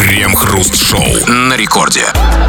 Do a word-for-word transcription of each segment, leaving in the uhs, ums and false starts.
Крем-хруст-шоу на рекорде.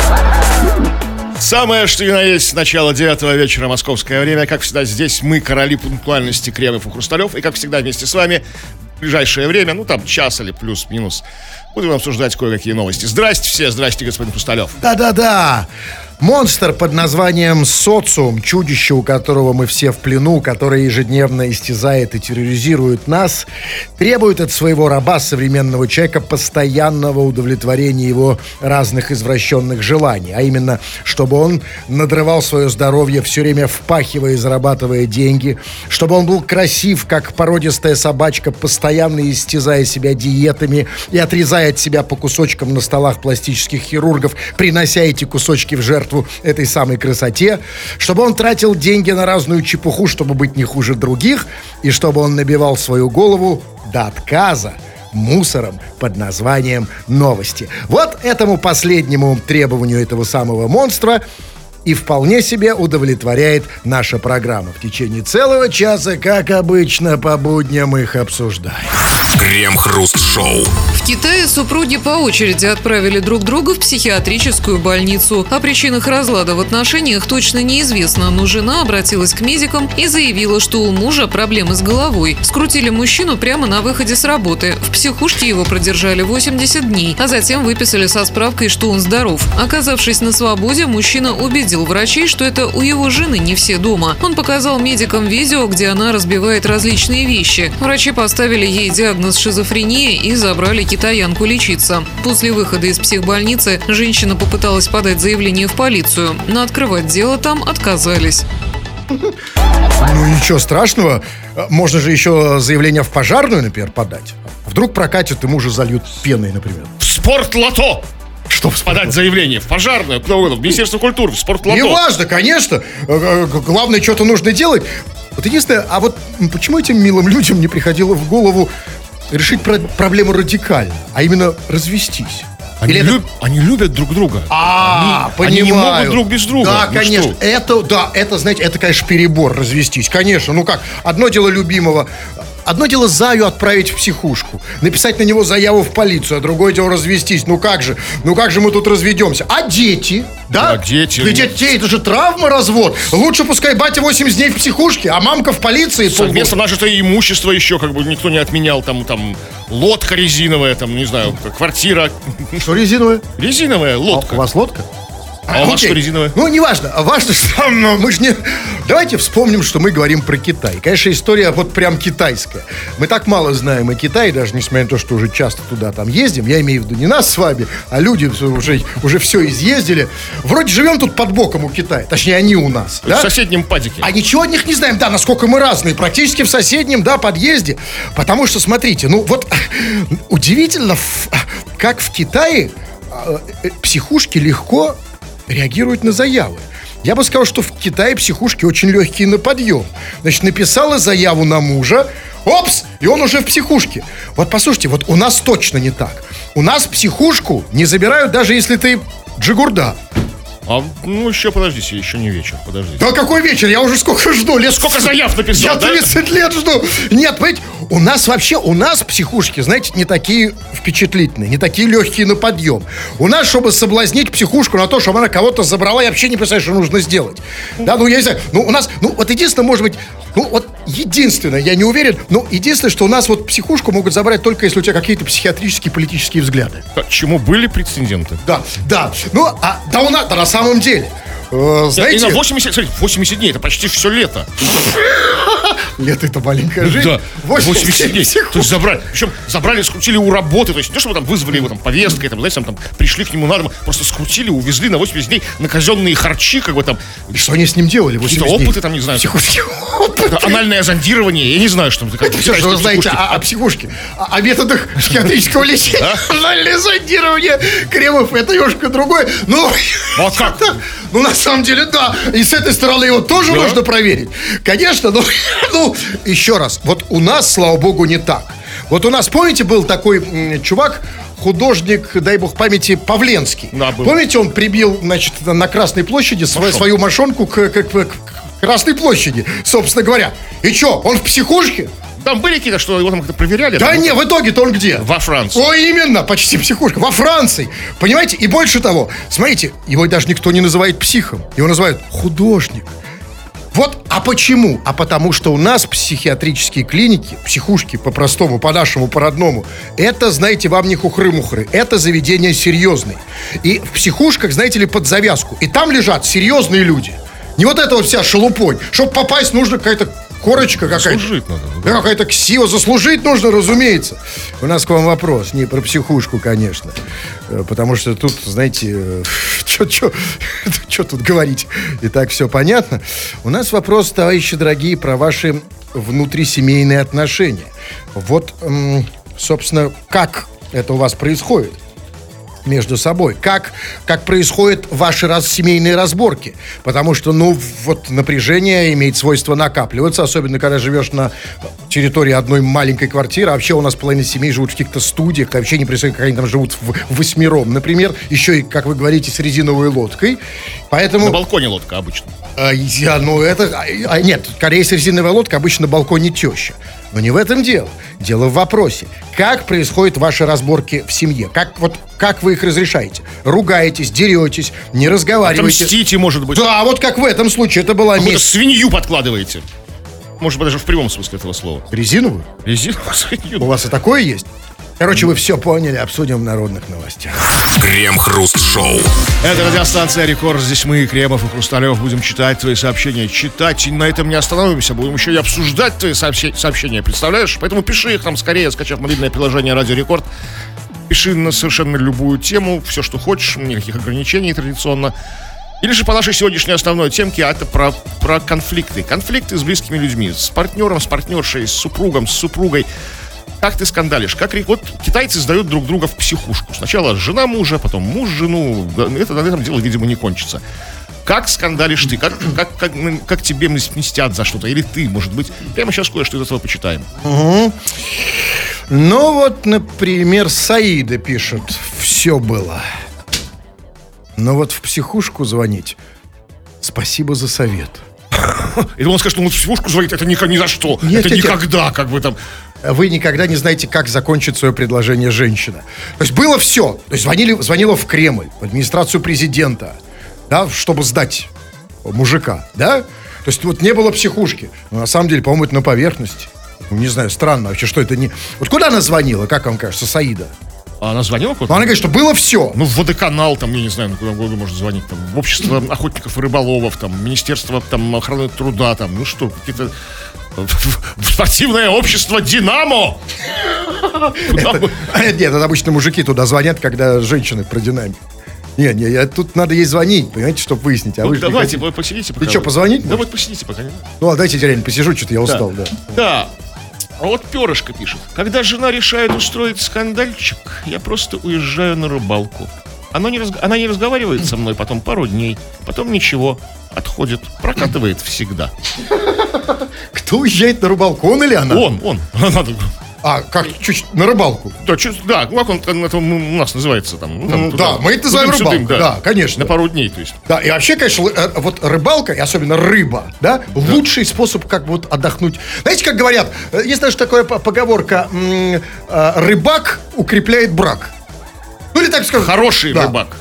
Самое, что ни на есть, начало девятого вечера, московское время. Как всегда, здесь мы, короли пунктуальности, Кремов и Хрусталев. И, как всегда, вместе с вами в ближайшее время, ну, там, час или плюс-минус, будем обсуждать кое-какие новости. Здрасте все, здрасте, господин Хрусталев. Да-да-да. Монстр под названием «Социум», чудище, у которого мы все в плену, которое ежедневно истязает и терроризирует нас, требует от своего раба, современного человека, постоянного удовлетворения его разных извращенных желаний. А именно, чтобы он надрывал свое здоровье, все время впахивая и зарабатывая деньги, чтобы он был красив, как породистая собачка, постоянно истязая себя диетами и отрезая от себя по кусочкам на столах пластических хирургов, принося эти кусочки в жертву этой самой красоте, чтобы он тратил деньги на разную чепуху, чтобы быть не хуже других, и чтобы он набивал свою голову до отказа мусором под названием «Новости». Вот этому последнему требованию этого самого монстра и вполне себе удовлетворяет наша программа. В течение целого часа, как обычно, по будням их обсуждаем. Крем-хруст-шоу. В Китае супруги по очереди отправили друг друга в психиатрическую больницу. О причинах разлада в отношениях точно неизвестно, но жена обратилась к медикам и заявила, что у мужа проблемы с головой. Скрутили мужчину прямо на выходе с работы. В психушке его продержали восемьдесят дней, а затем выписали со справкой, что он здоров. Оказавшись на свободе, мужчина убедил врачей, что это у его жены не все дома. Он показал медикам видео, где она разбивает различные вещи. Врачи поставили ей диагноз шизофрения и забрали китаянку лечиться. После выхода из психбольницы женщина попыталась подать заявление в полицию, но открывать дело там отказались. Ну ничего страшного. Можно же еще заявление в пожарную, например, подать. Вдруг прокатят и мужа зальют пеной, например. В спортлото! Что подать заявление в пожарную, в Министерство культуры, в спортлото. Не важно, конечно. Главное, что-то нужно делать. Вот единственное, а вот почему этим милым людям не приходило в голову решить про- проблему радикально, а именно развестись? Они, Или люб... это... они любят друг друга. А, они, понимаю. Они не могут друг без друга. Да, ну конечно. Что? Это, да, это, знаете, это, конечно, перебор развестись. Конечно. Ну как, одно дело любимого. Одно дело Заю отправить в психушку, написать на него заяву в полицию, а другое дело развестись. Ну как же, ну как же мы тут разведемся? А дети, да? А дети? Для детей это же травма, развод. Лучше пускай батя восемьдесят дней в психушке, а мамка в полиции. Совместно нажитое имущество еще как бы никто не отменял. Там, там лодка резиновая, там, не знаю, квартира. Что резиновая? Резиновая лодка. А у вас лодка? А у вас что резиновая? Ну, неважно. Важно, что но мы же не... Давайте вспомним, что мы говорим про Китай. Конечно, история вот прям китайская. Мы так мало знаем о Китае, даже несмотря на то, что уже часто туда там ездим. Я имею в виду не нас с вами, а люди уже, уже все изъездили. Вроде живем тут под боком у Китая. Точнее, они у нас. В да? соседнем падике. А ничего о них не знаем. Да, насколько мы разные. Практически в соседнем, да, подъезде. Потому что, смотрите, ну вот удивительно, как в Китае психушки легко реагируют на заявы. Я бы сказал, что в Китае психушки очень легкие на подъем. Значит, написала заяву на мужа, опс, и он уже в психушке. Вот послушайте, вот у нас точно не так. У нас психушку не забирают, даже если ты джигурда. А, ну, еще подождите, еще не вечер, подождите. Да какой вечер? Я уже сколько жду? Лет Сколько заяв написал, Я да? тридцать лет жду. Нет, понимаете, у нас вообще, у нас психушки, знаете, не такие впечатлительные, не такие легкие на подъем. У нас, чтобы соблазнить психушку на то, чтобы она кого-то забрала, я вообще не представляю, что нужно сделать. Да, ну, я не знаю, ну, у нас, ну, вот единственное, может быть, ну, вот единственное, я не уверен, но единственное, что у нас вот психушку могут забрать только если у тебя какие-то психиатрические, политические взгляды. К чему были прецеденты? Да, да, ну, а, да у нас, да на самом деле, э, знаете... И на восемьдесят, смотрите, восемьдесят дней, это почти все лето. Лето — это маленькая жизнь. Да, восемьдесят дней. То есть забрали, причем забрали, скрутили у работы. То есть не то, чтобы там вызвали его там повесткой, там, знаете, там, там пришли к нему на дом, просто скрутили, увезли на восемьдесят дней на казенные харчи, как бы там. И что они с ним делали? Какие-то опыты там, не знаю. Опыты. Анальное зондирование, я не знаю, что это все, что вы знаете о, о психушке, о, о методах психиатрического лечения. Анальное зондирование, Кремов, это немножко другое. Ну, а как? Ну, на самом деле, да. И с этой стороны его тоже да. нужно проверить. Конечно, ну, ну, еще раз. Вот у нас, слава богу, не так. Вот у нас, помните, был такой м, чувак, художник, дай бог памяти, Павленский. Да, был. Помните, он прибил, значит, на Красной площади свою, свою мошонку к, к, к, к Красной площади, собственно говоря. И что, он в психушке? Там были какие-то, что его там как-то проверяли? Да там, не, в итоге-то он где? Во Франции. О, именно, почти психушка. Во Франции. Понимаете? И больше того, смотрите, его даже никто не называет психом. Его называют художник. Вот, а почему? А потому что у нас психиатрические клиники, психушки по-простому, по-нашему, по-родному, это, знаете, вам не хухры-мухры, это заведения серьезные. И в психушках, знаете ли, под завязку. И там лежат серьезные люди. Не вот эта вот вся шелупонь. Чтобы попасть, нужно какая-то корочка какая-то. Заслужить надо. Да, какая-то ксива. Заслужить нужно, разумеется. У нас к вам вопрос. Не про психушку, конечно. Потому что тут, знаете, что тут говорить? И так все понятно. У нас вопрос, товарищи дорогие, про ваши внутрисемейные отношения. Вот, собственно, как это у вас происходит между собой? Как, как происходят ваши раз, семейные разборки? Потому что, ну, вот напряжение имеет свойство накапливаться, особенно когда живешь на территории одной маленькой квартиры. А вообще у нас половина семей живут в каких-то студиях, вообще не представляю, как они там живут в, в восьмером, например. Еще и, как вы говорите, с резиновой лодкой. Поэтому... На балконе лодка обычно. А, я, ну, это... А, нет, скорее, с резиновой лодкой обычно на балконе теща. Но не в этом дело. Дело в вопросе. Как происходят ваши разборки в семье? Как, вот, как вы их разрешаете? Ругаетесь, деретесь, не разговариваете? Отомстите, может быть. Да, вот как в этом случае. Это была Какую-то месть. свинью подкладываете. Может быть, даже в прямом смысле этого слова. Резиновую? Резиновую свинью. У вас и такое есть? Короче, вы все поняли, обсудим в народных новостях. Крем-хруст-шоу. Это радиостанция «Рекорд». Здесь мы, Кремов и Хрусталев, будем читать твои сообщения. Читать, и на этом не остановимся. Будем еще и обсуждать твои сообщи- сообщения, представляешь? Поэтому пиши их нам скорее, скачав мобильное приложение «Радио Рекорд». Пиши на совершенно любую тему, все, что хочешь, никаких ограничений традиционно. Или же по нашей сегодняшней основной темке, а это про, про конфликты. Конфликты с близкими людьми, с партнером, с партнершей, с супругом, с супругой. Как ты скандалишь? Как, вот китайцы сдают друг друга в психушку. Сначала жена мужа, потом муж жену. Это на этом дело, видимо, не кончится. Как скандалишь ты? Как, как, как, как тебе мстят за что-то? Или ты, может быть? Прямо сейчас кое-что из этого почитаем. Угу. Ну вот, например, Саида пишет. Все было. Но вот в психушку звонить. Спасибо за совет. И он скажет, что он в психушку звонит, это ни, ни за что. Нет, это нет, никогда, как бы там. Вы никогда не знаете, как закончит свое предложение женщина. То есть было все. То есть звонили, звонила в Кремль, в администрацию президента, да, чтобы сдать мужика, да? То есть вот не было психушки. Но на самом деле, по-моему, это на поверхности. Ну, не знаю, странно вообще, что это не... Вот куда она звонила, как вам кажется, Саида? А она звонила куда-то? Ну, она говорит, что было все. Ну, в водоканал, там, я не знаю, куда угодно может звонить, там, в общество охотников и рыболовов, там, Министерство там, охраны труда, там, ну что, какие-то... В спортивное общество «Динамо». Это, нет, это обычно мужики туда звонят, когда женщины про динамику. Не, не, я, тут надо ей звонить, понимаете, чтобы выяснить. А ну, вы же давайте, хотите... посидите пока. Ты что, позвонить? Да вот посидите пока. Ну, а дайте я реально посижу, что-то я устал, да. Да. да. А вот Перышко пишет. Когда жена решает устроить скандальчик, я просто уезжаю на рыбалку. Она не, раз... Она не разговаривает со мной потом пару дней, потом ничего, отходит, прокатывает всегда. Кто уезжает на рыбалку, он или она? Он, он. А, как, чуть на рыбалку? Да, чуть, да, как он это у нас называется там. Ну, там Ну, туда, да, мы это называем тудым-сюдым, рыбалкой, да, конечно. На пару дней, то есть. Да, и вообще, конечно, л- э, вот рыбалка, и особенно рыба, да, лучший способ как бы вот отдохнуть. Знаете, как говорят, э, есть даже такая по- поговорка, м- э, рыбак укрепляет брак. Ну или так скажем. Хороший Да. рыбак.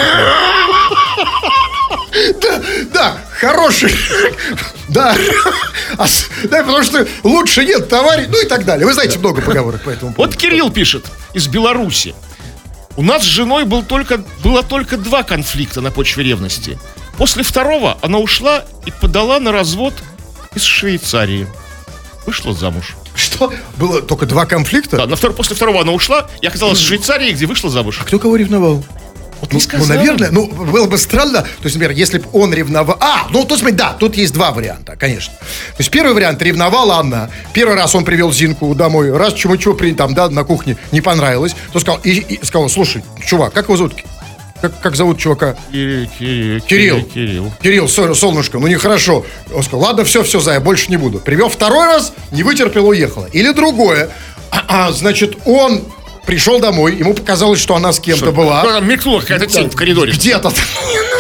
Да, да, хороший. Да. А с- да, потому что лучше нет товарищ, ну и так далее. Вы знаете много поговорок по этому поводу. Вот Кирилл пишет из Беларуси. У нас с женой был только, было только два конфликта на почве ревности. После второго она ушла и подала на развод из Швейцарии. Вышла замуж. Что? Было только два конфликта? Да, на втор... после второго она ушла и оказалась в Швейцарии, где вышла замуж. Кто кого ревновал? Вот Ну, не сказал. ну, наверное, ну, было бы странно. То есть, например, если бы он ревновал... А, ну, тут, смотри, да, тут есть два варианта, конечно. То есть, первый вариант, ревновала она. Первый раз он привел Зинку домой. Раз чему-чего при, там, да, на кухне не понравилось, то сказал, и, и сказал, слушай, чувак, как его зовут? Как, как зовут чувака? Кирилл. Кирилл. Кирилл. Кирилл. Кирилл, соль- солнышко, ну нехорошо. Он сказал, ладно, все, все, Зая, больше не буду. Привел второй раз, не вытерпел, уехала. Или другое. А, а, значит, он пришел домой, ему показалось, что она с кем-то Что? была. Ну, там мелькнула какая-то тень в коридоре. Где-то.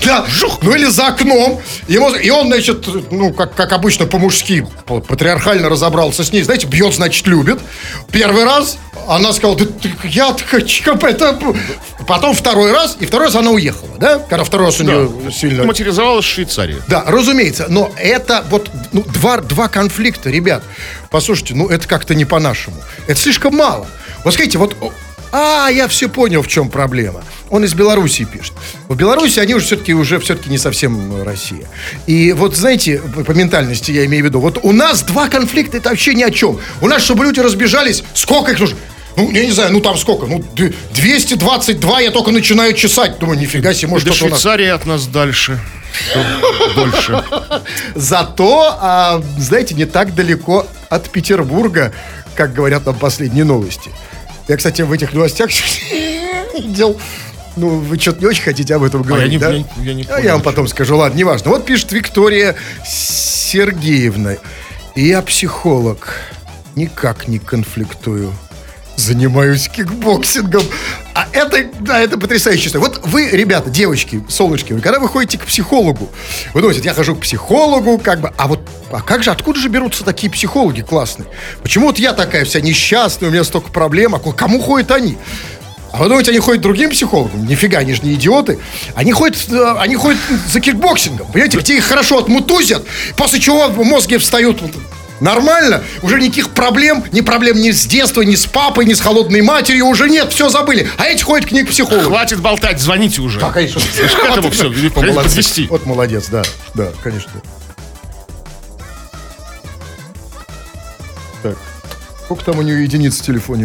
Да, ну или за окном. Ему, и он, значит, ну, как, как обычно, по-мужски, патриархально разобрался с ней. Знаете, бьет, значит, любит. Первый раз она сказала, да я хочу это... Потом второй раз, и второй раз она уехала, да? Когда второй раз у Да. нее сильно... Материализовалась в Швейцарии. Да, разумеется, но это вот ну, два, два конфликта, ребят. Послушайте, ну это как-то не по-нашему. Это слишком мало. Вот скажите, вот... А, я все понял, в чем проблема. Он из Белоруссии пишет. В Беларуси они уже все-таки уже все-таки не совсем Россия. И вот, знаете, по ментальности я имею в виду, вот у нас два конфликта, это вообще ни о чем. У нас, чтобы люди разбежались, сколько их нужно? Ну, я не знаю, ну там сколько? Ну, двести двадцать два я только начинаю чесать. Думаю, нифига себе, может, До что-то у нас... Швейцарии от нас дальше. Дольше. Зато, а, знаете, не так далеко от Петербурга, как говорят нам последние новости. Я, кстати, в этих новостях видел... Ну, вы что-то не очень хотите об этом говорить, а я не, да? Я, я, не а я вам потом скажу, ладно, неважно. Вот пишет Виктория Сергеевна. Я психолог. Никак не конфликтую. Занимаюсь кикбоксингом. А это, да, это потрясающе. Вот вы, ребята, девочки, солнышки, вы когда вы ходите к психологу, вы думаете, я хожу к психологу, как бы, а вот, а как же, откуда же берутся такие психологи классные? Почему вот я такая вся несчастная, у меня столько проблем, а кому ходят они? А вы думаете, они ходят к другим психологам? Нифига, они же не идиоты. Они ходят, они ходят за кикбоксингом. Понимаете, где их хорошо отмутузят, после чего мозги встают нормально, уже никаких проблем, ни проблем ни с детства, ни с папой, ни с холодной матерью уже нет, все забыли. А эти ходят к ним к психологу. Хватит болтать, звоните уже. Да, конечно. К этому все, подвести. Вот молодец, да, да, конечно. Так, сколько там у нее единиц в телефоне?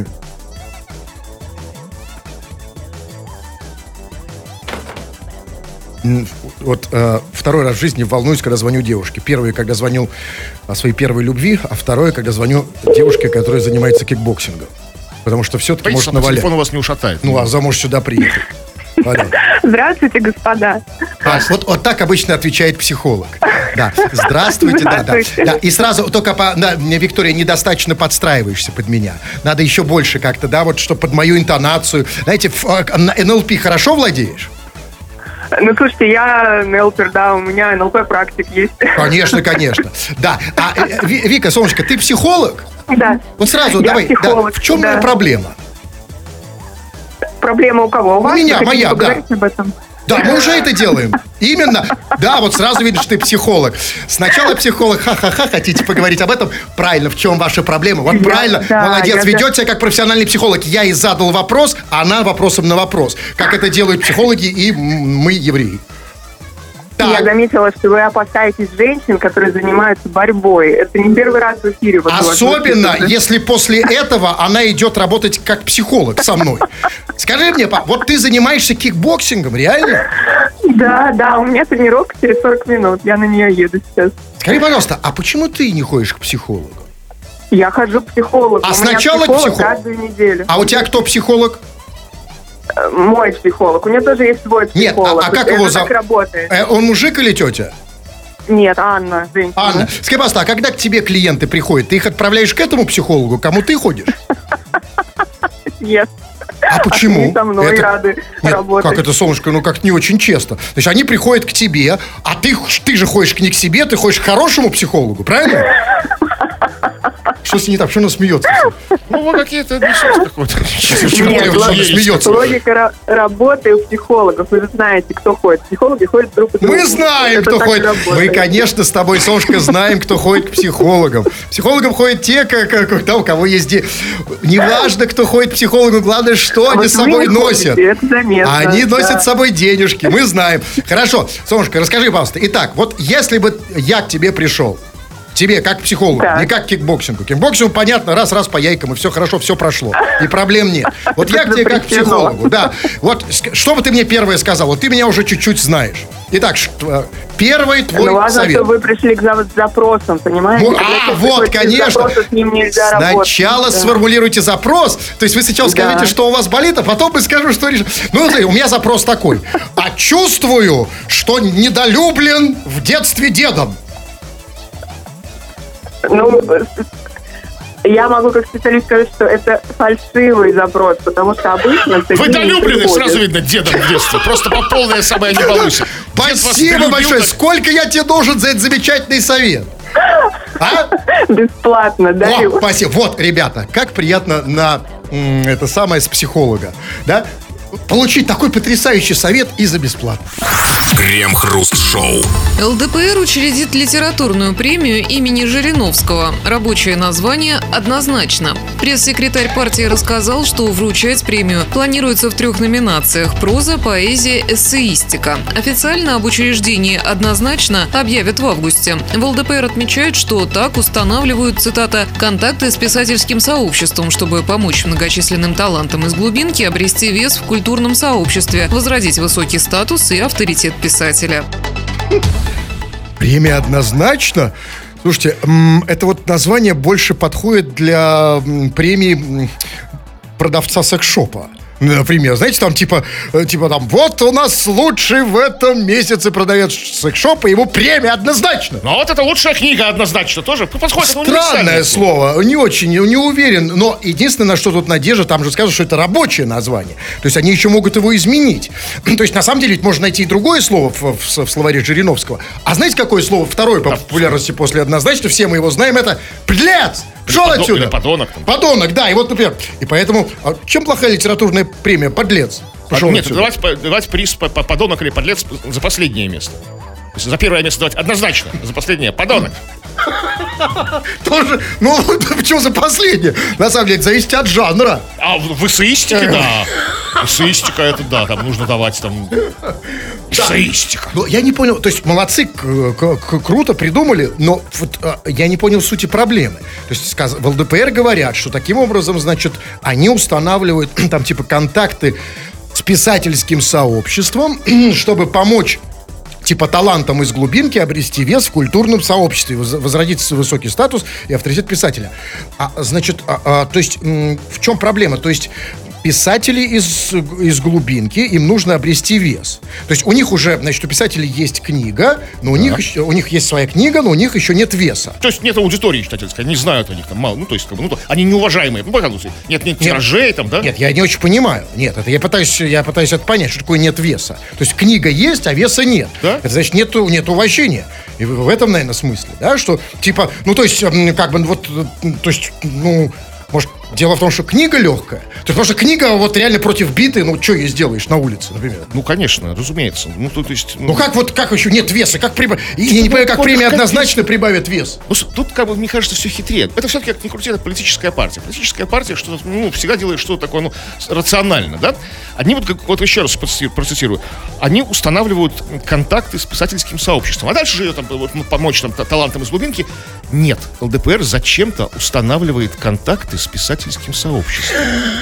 Вот э, второй раз в жизни волнуюсь, когда звоню девушке. Первый, когда звонил о своей первой любви, а второй, когда звоню девушке, которая занимается кикбоксингом. Потому что все-таки может навалять. Телефон у вас не ушатает. Ну, а за может сюда приехать. Здравствуйте, господа. А, вот, вот так обычно отвечает психолог. Да. Здравствуйте, да, да. да. И сразу только, по, да, Виктория, недостаточно подстраиваешься под меня. Надо еще больше как-то, да, вот что под мою интонацию. Знаете, в, на эн эл пи хорошо владеешь? Ну, слушайте, я нелпер, да, у меня эн эл пэ-практик есть. Конечно, конечно. Да. А, Вика, солнышко, ты психолог? Да. Вот сразу я давай, психолог, да, в чем да. моя проблема? Проблема у кого? У, у вас? меня, Вы моя, да. Об этом? Да, мы уже это делаем. Именно. Да, вот сразу видишь, ты психолог. Сначала психолог, ха-ха-ха, хотите поговорить об этом? Правильно, в чем ваша проблема? Вот я, правильно, да, молодец, я, ведет себя как профессиональный психолог. Я и задал вопрос, а она вопросом на вопрос. Как это делают психологи и мы, евреи. Так. Я заметила, что вы опасаетесь женщин, которые занимаются борьбой. Это не первый раз в эфире. Вот особенно, если после этого она идет работать как психолог со мной. Скажи мне, пап, вот ты занимаешься кикбоксингом, реально? Да, да, у меня тренировка через сорок минут. Я на нее еду сейчас. Скажи, пожалуйста, а почему ты не ходишь к психологу? Я хожу к психологу. А у сначала меня психолог психолог? каждую неделю. А у тебя кто психолог? Мой психолог. У меня тоже есть свой психолог. Нет, а, а как это его зовут? Так работает. Э, он мужик или тетя? Нет, Анна, женщина. Анна, скажи, пожалуйста, а когда к тебе клиенты приходят, ты их отправляешь к этому психологу, кому ты ходишь? Нет. А почему? Они со мной это... рады Нет, работать. как это, солнышко, ну как не очень честно. То есть они приходят к тебе, а ты, ты же ходишь не к себе, ты ходишь к хорошему психологу, правильно? Что с ней не так? Что она смеется? Ну, вы какие-то несете какой-то. Смеется. Логика работы у психологов. Вы же знаете, кто ходит. Психологи ходят друг к другу. Мы знаем, кто ходит. Мы, конечно, с тобой, Солнышко, знаем, кто ходит к психологам. Психологам ходят те, как, как, да, у кого есть... Де... Неважно, кто ходит к психологу, главное, что они с собой носят. Это заметно. Они носят с собой денежки, мы знаем. Хорошо, Солнышко, расскажи, пожалуйста. Итак, вот если бы я к тебе пришел, тебе, как к психологу, так. не как к кикбоксингу. Кикбоксингу, понятно, раз-раз по яйкам, и все хорошо, все прошло. И проблем нет. Вот я к тебе как к психологу, да. Вот, что бы ты мне первое сказал? Вот ты меня уже чуть-чуть знаешь. Итак, первый твой ну, важно, совет. Что вы пришли к запросам, понимаете? Ну, а, вот, конечно. С ним нельзя сначала работать, сформулируйте да. запрос. То есть вы сначала да. скажите, что у вас болит, а потом мы скажем, что решим. Ну, у меня запрос такой. А чувствую, что недолюблен в детстве дедом. Ну, Я могу как специалист сказать, что это фальшивый запрос, потому что обычно... Вы долюблены, сразу видно, дедом в детстве. Просто по полной самая не получится. Спасибо большое. Как... Сколько я тебе должен за этот замечательный совет? А? Бесплатно, даю. О, спасибо. Вот, ребята, как приятно на м, это самое с психолога, да? Получить такой потрясающий совет и за бесплатно. Крем-хруст-шоу. ЛДПР учредит литературную премию имени Жириновского. Рабочее название однозначно. Пресс-секретарь партии рассказал, что вручать премию планируется в трех номинациях: проза, поэзия, эссеистика. Официально об учреждении однозначно объявят в августе. В ЛДПР отмечают, что так устанавливают, цитата, «контакты с писательским сообществом, чтобы помочь многочисленным талантам из глубинки обрести вес в культурном сообществе, возродить высокий статус и авторитет писателя». Премия однозначно. Слушайте, это вот название больше подходит для премии продавца секс-шопа. Например, знаете, там типа, типа там, вот у нас лучший в этом месяце продавец секс-шопа, ему премия однозначно. Ну вот это лучшая книга однозначно тоже подходит. Странное слово, не очень, не уверен, но единственное, на что тут надежда, там же сказано, что это рабочее название, то есть они еще могут его изменить. То есть на самом деле ведь можно найти и другое слово в, в, в словаре Жириновского. А знаете, какое слово второе по популярности после однозначно, все мы его знаем, это «плец». Пшел отсюда. Или подонок. Там. Подонок, да, и вот, например, и поэтому, а чем плохая литературная премия? Подлец. Пошел Нет, давать, давать приз по, по, подонок или подлец за последнее место. То есть за первое место давать однозначно, за последнее подонок. Тоже, ну, почему за последнее? На самом деле, зависит от жанра. А в эссеистике, да. Эссеистика, это да, там нужно давать там... Эссеистика. Ну, я не понял, то есть молодцы, к- к- круто придумали, но вот, а, я не понял сути проблемы. То есть сказ... в ЛДПР говорят, что таким образом, значит, они устанавливают там типа контакты с писательским сообществом, чтобы помочь типа талантам из глубинки обрести вес в культурном сообществе, возродить высокий статус и авторитет писателя. А, значит, а, а, то есть м- в чем проблема? То есть писатели из, из глубинки, им нужно обрести вес. То есть у них уже, значит, у писателей есть книга, но у, да. них, еще, у них есть своя книга, но у них еще нет веса. То есть нет аудитории читательской, не знают о них там мало. Ну, то есть, как бы, ну, они неуважаемые. Ну, пожалуйста, нет, нет тиражей там, да? Нет, я не очень понимаю. Нет, это я пытаюсь, я пытаюсь это понять, что такое нет веса. То есть книга есть, а веса нет. Да? Это значит, нет, нет уважения. И в, в этом, наверное, смысле, да, что, типа, ну, то есть, как бы, вот, то есть, ну, может, дело в том, что книга легкая. То есть, потому что книга вот реально против биты, ну, что ей сделаешь на улице, например? Ну, конечно, разумеется. Ну, то, то есть, ну... ну как вот, как еще нет веса? Как прибав... Я не понимаю, как премия однозначно прибавит вес. Ну, тут, как бы, мне кажется, все хитрее. Это все-таки, как ни крути, это политическая партия. Политическая партия что-то, ну, всегда делает что-то такое, ну, рационально, да? Они вот, как, вот еще раз процитирую, они устанавливают контакты с писательским сообществом. А дальше же там, вот, помочь там, талантам из глубинки. Нет, ЛДПР зачем-то устанавливает контакты с писательским сообществом.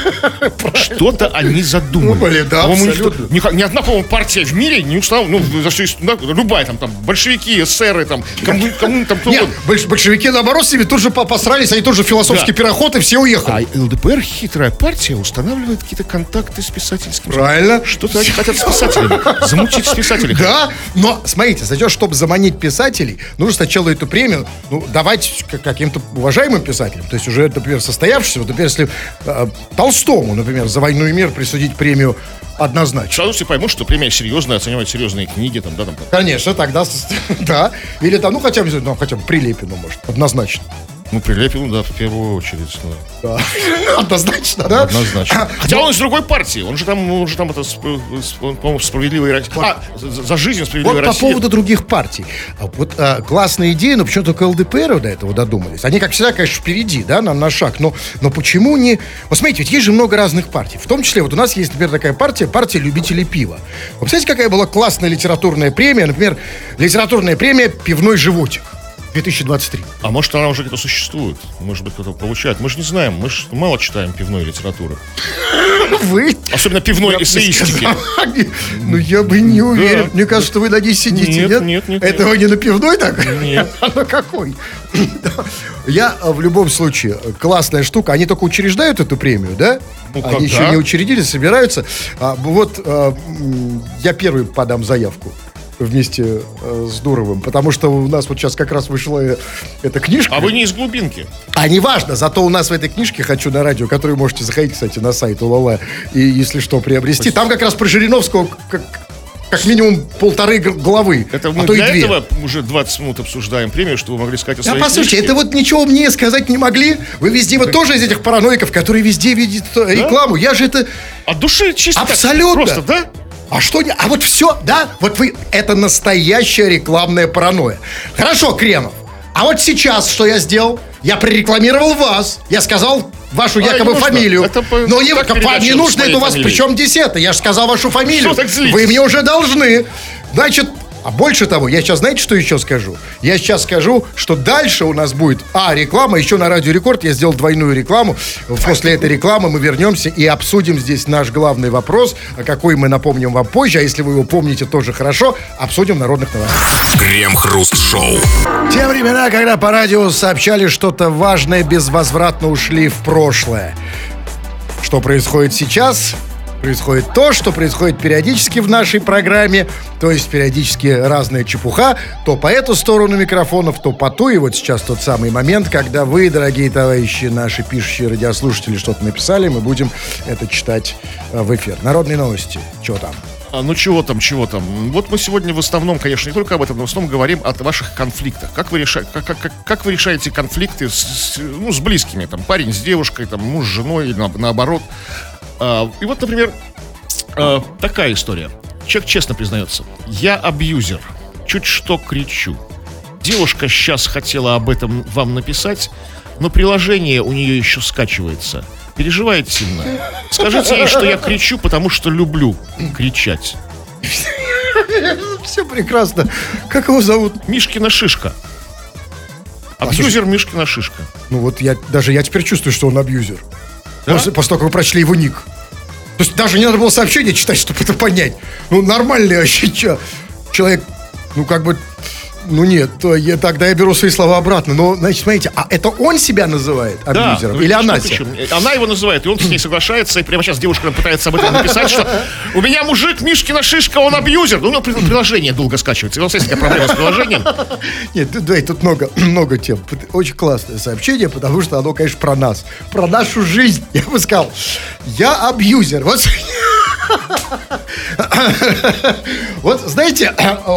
Что-то они задумали. Ну, блин, да, абсолютно. Ни, ни одна, по-моему, партия в мире не устанавливает, ну, за все, да, любая, там, там, большевики, эсеры, там, кому, кому там, кто Нет, больш, большевики, наоборот, себе тут же посрались, они тоже философский да. переход, и все уехали. А ЛДПР, хитрая партия, устанавливает какие-то контакты с писательским. Правильно. Что-то они хотят с писателями. Замутить с писателями. Да, но, смотрите, зачем, чтобы заманить писателей, нужно сначала эту премию, ну, давать каким-то уважаемым писателям. То есть уже, например, состоявшимся, вот, например, если э, Толстому, например, за «Войну и мир» присудить премию однозначно. Сразу все поймут, что премия серьезная, оценивает серьезные книги, там, да, там. Конечно, тогда, да. Или там, ну, хотя бы, ну, хотя бы Прилепину, может, однозначно. Ну, Прилепину, да, в первую очередь. Да. Да. Однозначно, да? Однозначно. Хотя он из другой партии. Он же там, он же там, это, по-моему, справедливый... А, за, за жизнь справедливой вот России. По поводу других партий. Вот а, классная идея, но почему только ЛДПР до этого додумались? Они, как всегда, конечно, впереди, да, нам на шаг. Но, но почему не... Вот смотрите, ведь есть же много разных партий. В том числе, вот у нас есть, например, такая партия, партия любителей пива. Вы представляете, какая была классная литературная премия? Например, литературная премия «Пивной животик». две тысячи двадцать три. А может, она уже где-то существует? Может быть, кто-то получает. Мы же не знаем. Мы же мало читаем пивной литературы. Вы? Особенно пивной эссеистики. Ну, я бы не уверен. Мне кажется, что вы на ней сидите, нет? Нет, нет, Это вы не на пивной так? Нет. А на какой? Я в любом случае, классная штука. Они только учреждают эту премию, да? Они еще не учредили, собираются. Вот я первый подам заявку. вместе э, с Дуровым, потому что у нас вот сейчас как раз вышла э, эта книжка. А вы не из глубинки? А неважно, зато у нас в этой книжке «Хочу на радио», которую можете заходить, кстати, на сайт УЛАЛА и, если что, приобрести. Спасибо. Там как раз про Жириновского как, как минимум полторы главы. Это мы а то для и две. этого уже двадцать минут обсуждаем премию, что вы могли сказать о своей Да, послушайте, книжке. это вот ничего мне сказать не могли. Вы везде, вы тоже из этих параноиков, которые везде видят рекламу. Да? Я же это... От души чисто абсолютно. Так, просто, да? А что не... А вот все, да? Вот вы... Это настоящая рекламная паранойя. Хорошо, Кремов. А вот сейчас что я сделал? Я прорекламировал вас. Я сказал вашу а, якобы фамилию. Это по... Но не, не нужно это у вас. Фамилии. Причем десятое. Я же сказал вашу фамилию. Что так злитесь? Вы мне уже должны. Значит... А больше того, я сейчас, знаете, что еще скажу? Я сейчас скажу, что дальше у нас будет, а, реклама, еще на Радио Рекорд я сделал двойную рекламу. После этой рекламы мы вернемся и обсудим здесь наш главный вопрос, какой мы напомним вам позже, а если вы его помните, тоже хорошо, обсудим в народных новостях. Крем-хруст-шоу. Те времена, когда по радио сообщали что-то важное, безвозвратно ушли в прошлое. Что происходит сейчас? Происходит то, что происходит периодически в нашей программе, то есть периодически разная чепуха, то по эту сторону микрофонов, то по ту. И вот сейчас тот самый момент, когда вы, дорогие товарищи, наши пишущие радиослушатели, что-то написали, мы будем это читать в эфир. Народные новости. Чего там? А, ну чего там, чего там? Вот мы сегодня в основном, конечно, не только об этом, но в основном говорим о ваших конфликтах. Как вы, реша... как, как, как вы решаете конфликты с, с, ну, с близкими? Там, парень с девушкой, там, муж с женой, или на, наоборот. А, и вот, например, а, такая история. Человек честно признается: я абьюзер, чуть что кричу. Девушка сейчас хотела об этом вам написать, но приложение у нее еще скачивается. Переживает сильно. Скажите ей, что я кричу, потому что люблю кричать. Все прекрасно. Как его зовут? Мишкина шишка. Абьюзер Мишкина шишка. Ну вот я даже я теперь чувствую, что он абьюзер. Да? После, после того, как вы прочли его ник. То есть даже не надо было сообщение читать, чтобы это понять. Ну, нормальный вообще человек, ну, как бы, ну, нет, то я, тогда я беру свои слова обратно. Но, значит, смотрите, а это он себя называет абьюзером? Да, или она себя? Она его называет, и он с ней соглашается, и прямо сейчас девушка пытается об этом написать, что у меня мужик, Мишкина шишка, он абьюзер. Ну, у него приложение долго скачивается. У вас есть такая проблема с приложением? Нет, да, тут много, много тем. Очень классное сообщение, потому что оно, конечно, про нас. Про нашу жизнь. Я бы сказал, я абьюзер. Вот... Вот, знаете,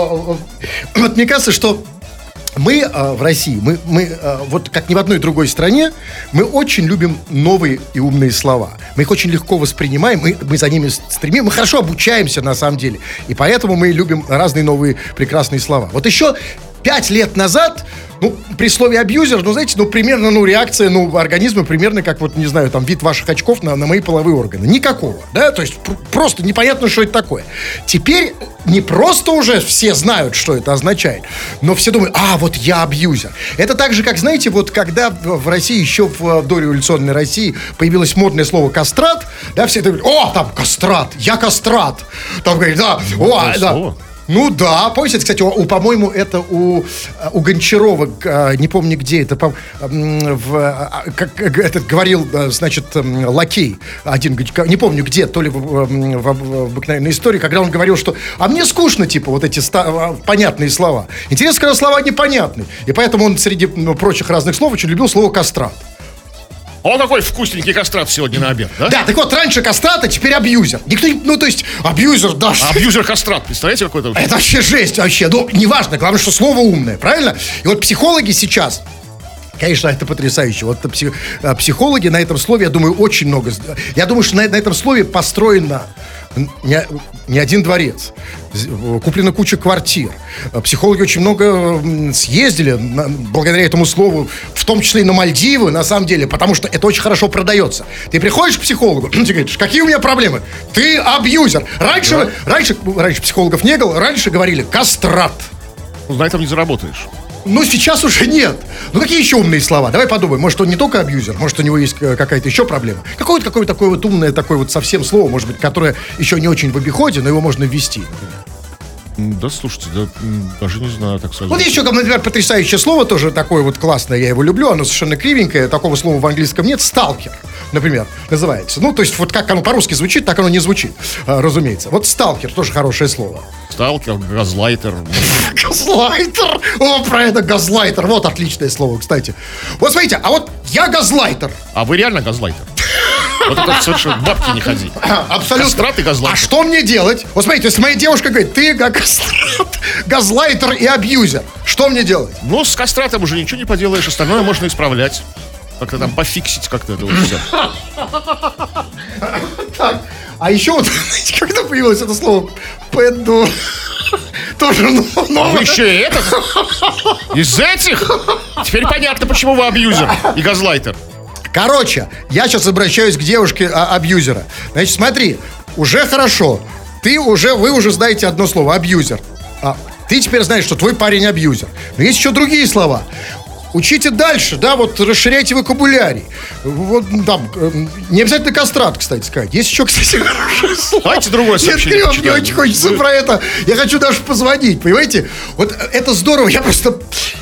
вот мне кажется, что мы э, в России, мы, мы э, вот как ни в одной другой стране, мы очень любим новые и умные слова. Мы их очень легко воспринимаем, мы, мы за ними стремим, мы хорошо обучаемся на самом деле. И поэтому мы любим разные новые прекрасные слова. Вот еще пять лет назад, ну, при слове абьюзер, ну, знаете, ну, примерно, ну, реакция, ну, организма примерно как, вот, не знаю, там, вид ваших очков на, на мои половые органы. Никакого, да, то есть пр- просто непонятно, что это такое. Теперь не просто уже все знают, что это означает, но все думают, а, вот я абьюзер. Это так же, как, знаете, вот, когда в России, еще в дореволюционной России появилось модное слово «кастрат», да, все это говорят, о, там, кастрат, я кастрат. Там говорят, да, о, да. Слово. Ну да, помните, кстати, у, у, по-моему, это у, у Гончарова, не помню где, это по, в, как этот говорил, значит, лакей один, не помню где, то ли в, в, в обыкновенной истории, когда он говорил, что, а мне скучно, типа, вот эти ста- понятные слова. Интересно, когда слова непонятные. И поэтому он среди ну, прочих разных слов очень любил слово «кастрат». О, какой вкусненький кастрат сегодня на обед, да? Да, так вот, раньше кастрат, а теперь абьюзер. Никто, ну, то есть, абьюзер, да. Абьюзер-кастрат, представляете, какой-то? Это вообще жесть, вообще. Ну, неважно, главное, что слово умное, правильно? И вот психологи сейчас... Конечно, это потрясающе. Вот психологи на этом слове, я думаю, очень много... Я думаю, что на, на этом слове построено не, не один дворец. Куплена куча квартир. Психологи очень много съездили благодаря этому слову, в том числе и на Мальдивы, на самом деле, потому что это очень хорошо продается. Ты приходишь к психологу, ты говоришь, какие у меня проблемы? Ты абьюзер. Раньше, да. раньше, раньше психологов не было, раньше говорили кастрат. Ну, на этом не заработаешь. Ну, сейчас уже нет. Ну, какие еще умные слова? Давай подумаем. Может, он не только абьюзер, может, у него есть какая-то еще проблема. Какое-то какое такое вот умное, такое вот совсем слово, может быть, которое еще не очень в обиходе, но его можно ввести, например. Да, слушайте, да, м, даже не знаю, так сразу. Вот есть еще, например, потрясающее слово, тоже такое вот классное, я его люблю, оно совершенно кривенькое, такого слова в английском нет, сталкер, например, называется. Ну, то есть вот как оно по-русски звучит, так оно не звучит, а, разумеется. Вот сталкер тоже хорошее слово. Сталкер, газлайтер. Газлайтер! О, про это газлайтер, вот отличное слово, кстати. Вот смотрите, а вот я газлайтер. А вы реально газлайтер? Вот это совершенно бабки не ходи. Абсолютно. Кастрат и газлайтер. А что мне делать? Вот смотрите, если моя девушка говорит, ты газлайт, газлайтер и абьюзер, что мне делать? Ну, с кастратом уже ничего не поделаешь, остальное можно исправлять. Как-то там пофиксить как-то это вот все. Так, а еще вот, знаете, когда появилось это слово «пэду», тоже новое. Вы еще и этот? Из этих? Теперь понятно, почему вы абьюзер и газлайтер. Короче, я сейчас обращаюсь к девушке а, абьюзера. Значит, смотри, уже хорошо. Ты уже, вы уже знаете одно слово, абьюзер. А, ты теперь знаешь, что твой парень абьюзер. Но есть еще другие слова. Учите дальше, да, вот расширяйте вокабулярий. Вот там, э, не обязательно кастрат, кстати сказать. Есть еще, кстати, хорошее слово. Давайте другое сообщение Нет, мне почитаем. очень хочется про это. Я хочу даже позвонить, понимаете? Вот это здорово, я просто...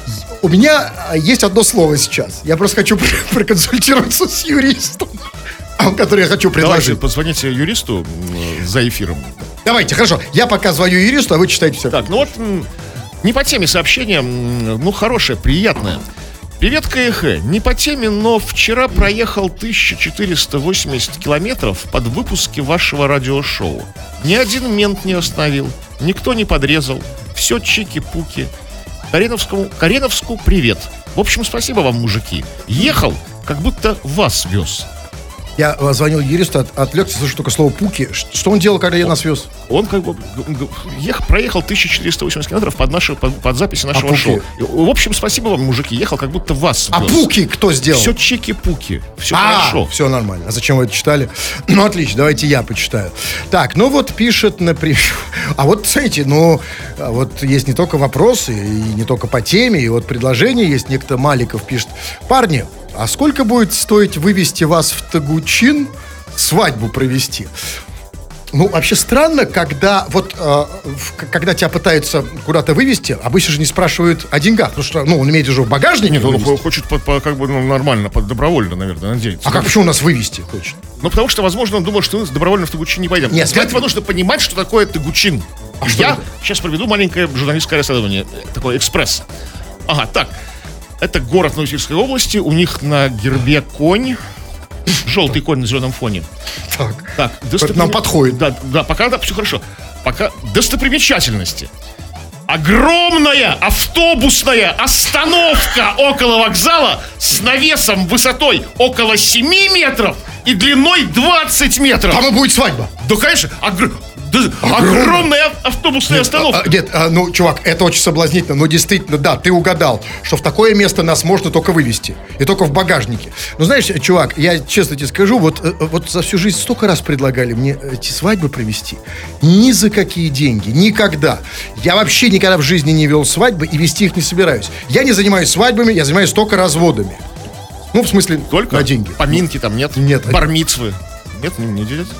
У меня есть одно слово сейчас. Я просто хочу проконсультироваться с юристом, который я хочу Давайте предложить. позвоните юристу м, за эфиром. Давайте, хорошо. Я пока звоню юристу, а вы читайте все. Так, ну вот м, не по теме сообщения, м, ну хорошее, приятное. Привет, КХ. Не по теме, но вчера проехал тысяча четыреста восемьдесят километров под выпуски вашего радиошоу. Ни один мент не остановил, никто не подрезал. Все чики-пуки. Кареновскому, Кареновску привет. В общем, спасибо вам, мужики. Ехал, как будто вас вез. Я э, звонил юристу, от, отвлекся, слышу только слово «пуки». Ш- Что он делал, когда я нас вез? Он как бы г- г- ехал, проехал тысяча четыреста восемьдесят километров под, наши, под, под записи нашего пуки? шоу. И, в общем, спасибо вам, мужики. Ехал, как будто вас А вез. пуки кто сделал? Все чики-пуки. Все А, хорошо. все нормально. А зачем вы это читали? Ну, отлично, давайте я почитаю. Так, ну вот пишет, например... А вот, смотрите, ну, а вот есть не только вопросы, и не только по теме, и вот предложение есть. Некто Маликов пишет. Парни, а сколько будет стоить вывести вас в Тагучин, свадьбу провести? Ну, вообще странно, когда вот э, в- когда тебя пытаются куда-то вывести, обычно же не спрашивают о деньгах. Потому что, ну, он имеет в виду в багажнике Нет, он вывезти. хочет по- по- как бы ну, нормально, по- добровольно, наверное, надеется. А как почему нас вывести хочет? Ну, потому что, возможно, он думал, что мы добровольно в Тагучин не пойдем. Нет, Для этого смотри. нужно понимать, что такое Тагучин. А что Я это? сейчас проведу маленькое журналистское расследование. э, Такой экспресс. Ага, так. Это город Новосибирской области. У них на гербе конь. Желтый конь на зеленом фоне. Так. Так, Это нам подходит. Да, да, пока да, все хорошо. Пока достопримечательности. Огромная автобусная остановка около вокзала с навесом высотой около семи метров и длиной двадцать метров. Там и будет свадьба. Да, конечно, огр- да, огромная автобусная остановка. А, нет, а, ну, чувак, это очень соблазнительно. Но действительно, да, ты угадал, что в такое место нас можно только вывести. И только в багажнике. Ну, знаешь, чувак, я честно тебе скажу, вот, э, вот за всю жизнь столько раз предлагали мне эти свадьбы провести. Ни за какие деньги. Никогда. Я вообще никогда в жизни не вел свадьбы и вести их не собираюсь. Я не занимаюсь свадьбами, я занимаюсь только разводами. Ну, в смысле, Только на деньги. поминки там нет? Нет. Бармицвы? Нет, не, не делят?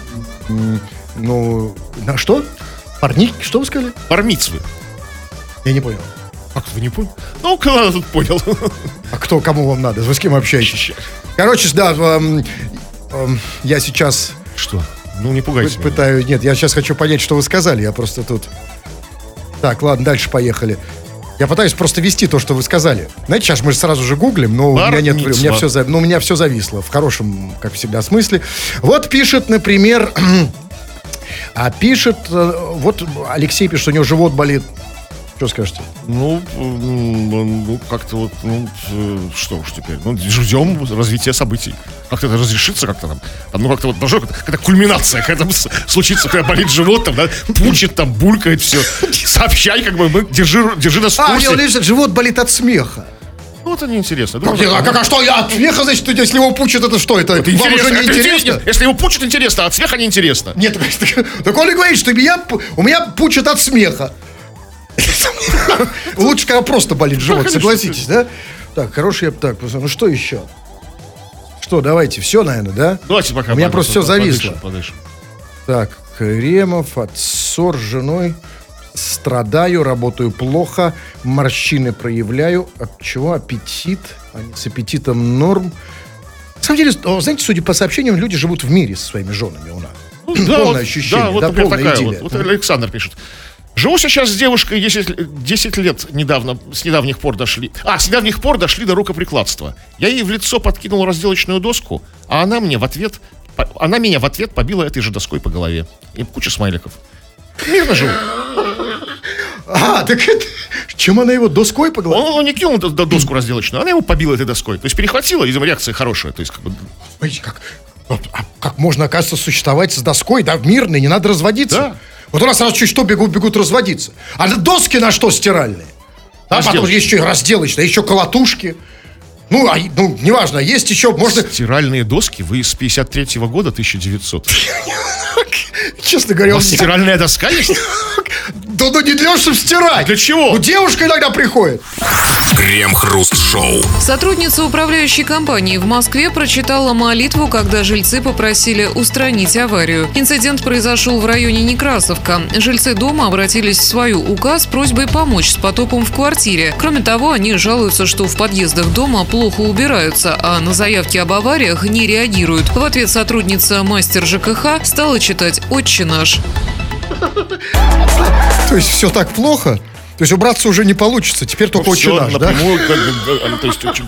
Ну, на что? Парник, что вы сказали? Бармицвы. Я не понял. Как вы не поняли? Ну, когда тут понял. А кто, кому вам надо? Вы с кем общаетесь? Короче, да, эм, эм, я сейчас Что? Ну, не пугайте меня. пытаюсь... Нет, я сейчас хочу понять, что вы сказали. Я просто тут... Так, ладно, дальше поехали. Я пытаюсь просто вести то, что вы сказали. Знаете, сейчас мы же сразу же гуглим, но у меня нет времени. У меня все, за- ну, у меня все зависло. В хорошем, как всегда, смысле. Вот пишет, например... А пишет... э, Вот Алексей пишет, что у него живот болит. Что скажете? Ну, м, ну, как-то вот, ну, э, что уж теперь. Ну, ждем развития событий. Как-то это разрешится как-то там. Там, ну, как-то вот должна какая-то кульминация какая-то с- случится, когда болит живот, там, да, пучит, там, булькает все. Сообщай, как бы, мы, держи, держи нас в А, курсе. у него лежит, живот болит от смеха. Ну, это неинтересно. Как, а, как, а что, я от смеха, значит, если его пучат, это что? Это, Это вам интересно. уже не Это интересно? интересно. Если его пучат, интересно, а от смеха неинтересно. Нет, так, так он и говорит, что меня, пу- у меня пучат от смеха. Лучше, когда просто болит живот, конечно. согласитесь, да? Так, хороший, я б- так, ну что еще? Что, давайте, все, наверное, да? Давайте пока. У меня пока, просто пока, все зависло. подышим, подышим. Так, Кремов, от ссор с женой, страдаю, работаю плохо, морщины проявляю. От чего? Аппетит. Они с аппетитом норм. На самом деле, знаете, судя по сообщениям, люди живут в мире со своими женами у нас. Ну, полное да, вот, ощущение, да, вот, да, например, полная такая идиллия. вот, вот Александр пишет. Живу сейчас с девушкой десять, десять лет недавно, с недавних пор дошли. А, с недавних пор дошли до рукоприкладства. Я ей в лицо подкинул разделочную доску, а она мне в ответ, она меня в ответ побила этой же доской по голове. И куча смайликов. Мирно живу. А, так это... Чем она его доской по голове? Он, он не кинул до, до доску разделочную, она его побила этой доской. То есть перехватила, видимо, реакция хорошая. То есть, как бы... Смотрите, как, вот, а как можно, оказывается, существовать с доской, да, мирно, не надо разводиться. Да. Вот у нас сразу чуть что бегут, бегут разводиться. А доски на что стиральные? А потом есть еще и разделочные, еще колотушки. Ну, а, ну, неважно, есть еще, можно... Стиральные доски, вы из пятьдесят третьего года, тысяча девятьсот. Честно говоря, У он... вас стиральная доска есть? Да ну не для того, чтобы стирать. Для чего? Ну, девушка иногда приходит. Крем-хруст-шоу. Сотрудница управляющей компании в Москве прочитала молитву, когда жильцы попросили устранить аварию. Инцидент произошел в районе Некрасовка. Жильцы дома обратились в свою УК с просьбой помочь с потопом в квартире. Кроме того, они жалуются, что в подъездах дома плохо убираются, а на заявки об авариях не реагируют. В ответ сотрудница мастер ЖКХ стала читать «Отче наш». То есть все так плохо? То есть убраться уже не получится, теперь только «Отче наш», да? напрямую, как бы, то есть очень...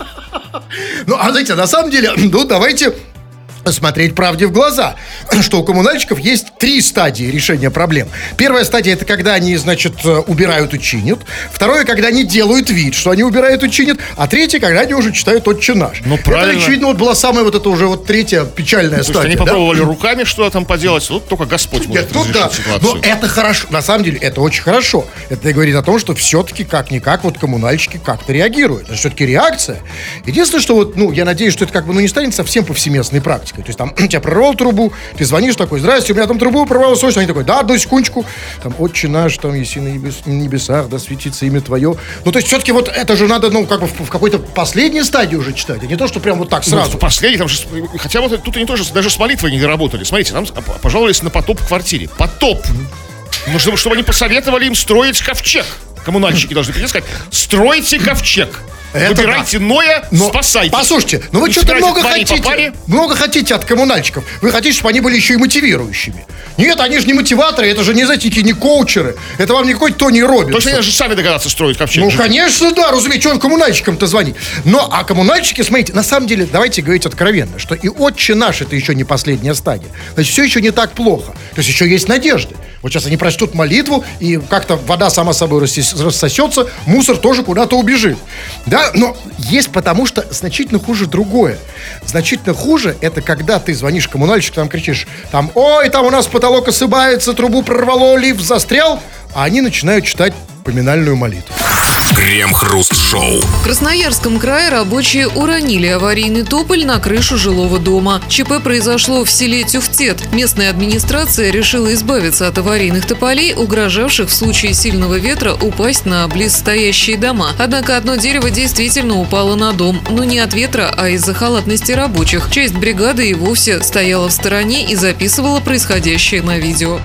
Ну, а знаете, на самом деле, ну, давайте смотреть правде в глаза, что у коммунальщиков есть три стадии решения проблем. Первая стадия — это когда они, значит, убирают и чинят. Второе — когда они делают вид, что они убирают и чинят. А третье — когда они уже читают «Отче наш». Ну, правильно. Это, очевидно, вот была самая вот эта уже вот третья печальная То есть стадия. они да? попробовали руками что-то там поделать, вот только Господь может Нет, ну да, разрешить ситуацию. но это хорошо, на самом деле это очень хорошо. Это говорит о том, что все-таки как-никак вот коммунальщики как-то реагируют. Это все-таки реакция. Единственное, что вот, ну, я надеюсь, что это как бы, ну, не станет совсем повсеместной практикой. То есть там, у тебя прорвал трубу, ты звонишь такой: здрасте, у меня там трубу прорвало срочно. Они такой: да, одну секундочку. Там «Отче наш, там, если на небес, на небесах, да светится имя твое». Ну, то есть все-таки вот это же надо, ну, как бы в, в какой-то последней стадии уже читать, а не то, что прям вот так сразу. Ну, последний, там же, хотя вот тут они тоже даже с молитвой не доработали. Смотрите, нам пожаловались на потоп в квартире. Потоп! Ну, чтобы, чтобы они посоветовали им строить ковчег. Коммунальщики должны прийти и сказать: стройте ковчег. Это Выбирайте да. Ноя, Но, спасайтесь. Послушайте, ну вы Не что-то собирайте много парень по хотите. паре? Много хотите от коммунальщиков. Вы хотите, чтобы они были еще и мотивирующими. Нет, они же не мотиваторы, это же не, знаете, не коучеры. Это вам не какой-то Тони Роббинс. То есть они же сами догадаться строить ковчег. Ну, же. конечно, да, разумеется, что он коммунальщикам-то звонит. Но, а коммунальщики, смотрите, на самом деле, давайте говорить откровенно, что и «Отче наш» — это еще не последняя стадия. Значит, все еще не так плохо. То есть еще есть надежды. Вот сейчас они прочтут молитву, и как-то вода сама собой рассосется, мусор тоже куда-то убежит. Да, но есть потому что значительно хуже другое. Значительно хуже — это когда ты звонишь коммунальщику, там кричишь, там: ой, там у нас потолок осыпается, трубу прорвало, лифт застрял, а они начинают читать поминальную молитву. Крем-хруст-шоу. В Красноярском крае рабочие уронили аварийный тополь на крышу жилого дома. ЧП произошло в селе Тюфтет. Местная администрация решила избавиться от аварийных тополей, угрожавших в случае сильного ветра упасть на близстоящие дома. Однако одно дерево действительно упало на дом, но не от ветра, а из-за халатности рабочих. Часть бригады и вовсе стояла в стороне и записывала происходящее на видео.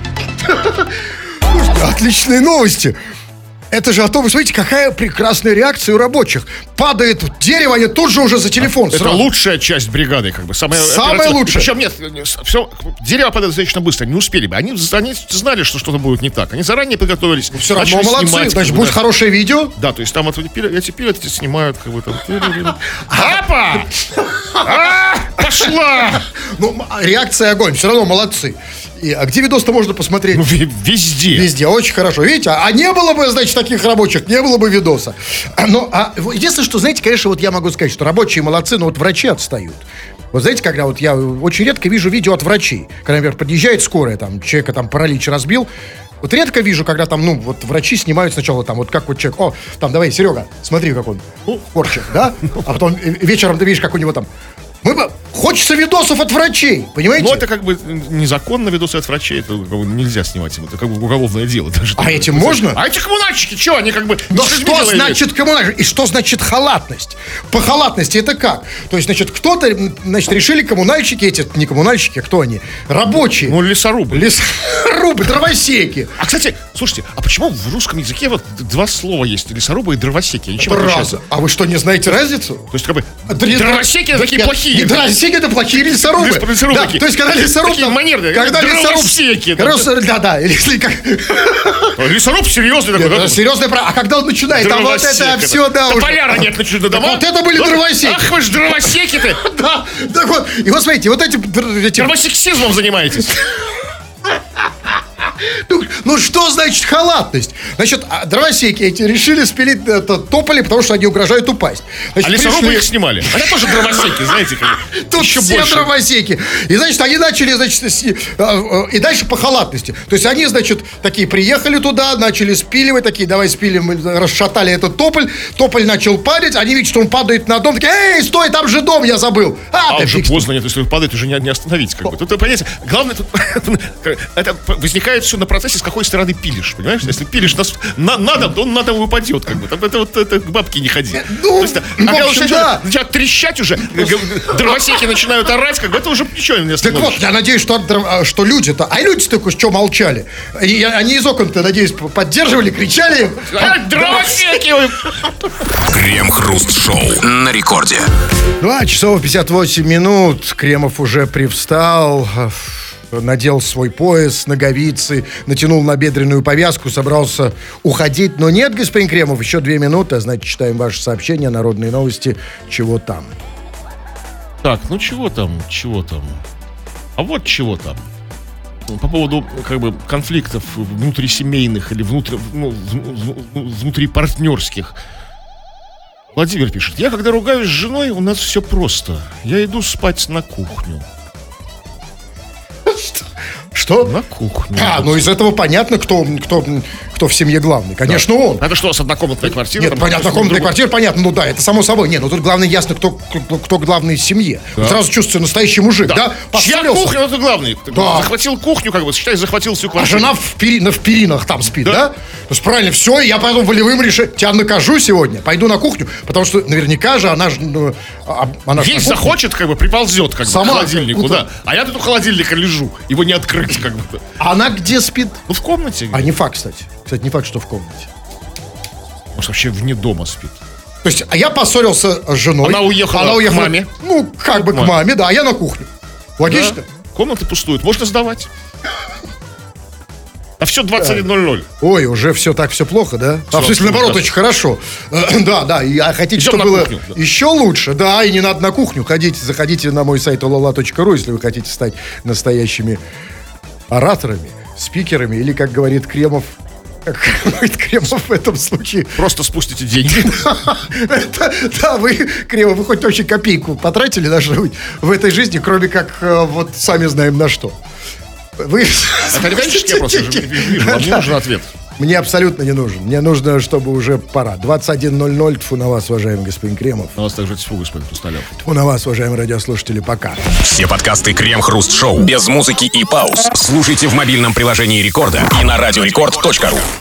Отличные новости. Это же о том, вы смотрите, какая прекрасная реакция у рабочих. Падает дерево, они тут же уже за телефон. Это сразу. лучшая часть бригады, как бы. Самая, Самая лучшая. Причем нет, все, дерево падает достаточно быстро, не успели бы. Они, они знали, что что-то будет не так. Они заранее подготовились. Все равно молодцы, снимать, значит, как бы, будет да. хорошее видео. Да, то есть там вот эти пилоты снимают, как бы там. Папа! А, пошла! Ну, реакция огонь, все равно молодцы. И, а где видос-то можно посмотреть? Ну, везде. Везде, очень хорошо. Видите, а не было бы, значит, таких рабочих, не было бы видоса. Но, а, единственное, что, знаете, конечно, вот я могу сказать, что рабочие молодцы, но вот врачи отстают. Вот знаете, когда вот я очень редко вижу видео от врачей, когда, например, подъезжает скорая, там, человека там паралич разбил. Вот редко вижу, когда там, ну, вот врачи снимают сначала там, вот как вот человек: о, там, давай, Серега, смотри, как он, корчит, да? А потом вечером ты видишь, как у него там: Мы бы... Хочется видосов от врачей, понимаете? Ну, это как бы незаконно видосы от врачей, это как бы нельзя снимать им, это как бы уголовное дело. Даже, а этим можно? А эти коммунальщики, что, они как бы... Но что значит коммунальщик? И что значит халатность? По халатности это как? То есть, значит, кто-то, значит, решили коммунальщики, эти, не коммунальщики, а кто они? Рабочие. Ну, лесорубы. Лесорубы, дровосеки. А, кстати, слушайте, а почему в русском языке вот два слова есть, лесорубы и дровосеки? Ничем Раз. А вы что, не знаете разницу? То есть, как бы, Др... дровосеки это такие плохие. Дровосеки это плохие лесорубы. Лесорубы да, такие. то есть, когда лесоруб... Такие манерные. Когда дровосеки. Лесоруб... Да, да. Если как... Лесоруб серьезный такой. Да, серьезный, а когда он начинает, там вот это все, да, уже. Тополяра нет, начнут на дома. Вот это были дровосеки. Ах вы ж дровосеки-то. Да, так вот. И вот смотрите, вот эти... Дровосексизмом занимаетесь. Ну, ну что значит халатность? Значит, дровосеки эти решили спилить это, тополи, потому что они угрожают упасть. Значит, а лесорубы пришли... их снимали. Это тоже дровосеки, знаете, как тут еще все больше. дровосеки. И, значит, они начали, значит, и дальше по халатности. То есть они, значит, такие приехали туда, начали спиливать, такие, давай спилим, расшатали этот тополь. Тополь начал падать, они видят, что он падает на дом, такие, эй, стой, там же дом, я забыл. А, а уже поздно, нет, если он падает, уже не, не остановить, как бы. Тут, понимаете, главное, тут, это возникает все на процессе, с какой стороны пилишь, понимаешь? Если пилишь на, на, надо, то он надо упадет, как бы. Там это вот это, к бабке не ходи. Ну, есть, в а когда общем, начинают, да. начинают трещать уже, дровосеки начинают орать, как бы это уже ничего не остановишь. Так вот, я надеюсь, что, что люди-то, а люди только что молчали. И, они из окон-то, надеюсь, поддерживали, кричали. А, дровосеки! Крем-хруст-шоу на рекорде. Два часов пятьдесят восемь минут. Кремов уже привстал, надел свой пояс, ноговицы, натянул набедренную повязку, собрался уходить. Но нет, господин Кремов, еще две минуты, а значит, читаем ваши сообщения, народные новости. Чего там? Так, ну чего там, чего там? А вот чего там. По поводу, как бы, конфликтов внутрисемейных или внутри, ну, внутрипартнерских. Владимир пишет: я когда ругаюсь с женой, у нас все просто. Я иду спать на кухню. Что? На кухню. А, ну из этого понятно, кто, кто, кто в семье главный. Конечно, да. Он. Это что, с однокомнатной квартиры? Нет, понятно, однокомнатная квартира, понятно, ну да, это само собой. Нет, ну тут главное ясно, кто, кто, кто главный в семье. Да. Сразу чувствуется настоящий мужик, да? да? Чья кухня, это главный. Да. Захватил кухню, как бы, считай, захватил всю квартиру. А жена в, пери, в перинах там спит, да? да? То есть правильно, все, я пойду волевым решением. Тебя накажу сегодня, пойду на кухню, потому что наверняка же она же... Ну, она есть захочет, как бы, приползет, как Сама, бы, к холодильнику, как, да. А я тут у холодильника лежу, его не открыть, как бы. Она где спит? Ну, в комнате. А не факт, кстати. Кстати, не факт, что в комнате. Может, вообще вне дома спит. То есть, а я поссорился с женой. Она уехала, она уехала к маме. Ну, как к бы маме. к маме, да, а я на кухню. Логично? Да. Комнаты пустуют, можно сдавать. А все двадцать один ноль ноль. Ой, уже все так, все плохо, да? Все, а в смысле, наоборот, очень хорошо. Да, да, и а хотите, идем чтобы было кухню, да. еще лучше? Да, и не надо на кухню ходить. Заходите на мой сайт олала точка ру, если вы хотите стать настоящими ораторами, спикерами, или, как говорит Кремов, как говорит Кремов в этом случае... Просто спустите деньги. Да, вы, Кремов, вы хоть очень копейку потратили даже в этой жизни, кроме как вот сами знаем на что. Вы... Это риторический вопрос, я же вижу, вам не нужен ответ. Мне абсолютно не нужен. Мне нужно, чтобы уже пора. двадцать один ноль ноль. Тьфу на вас, уважаемый господин Кремов. На вас также тьфу, господин Хрусталев. Тьфу на вас, уважаемые радиослушатели. Пока. Все подкасты Крем-хруст-шоу без музыки и пауз слушайте в мобильном приложении Рекорда и на радиорекорд точка ру.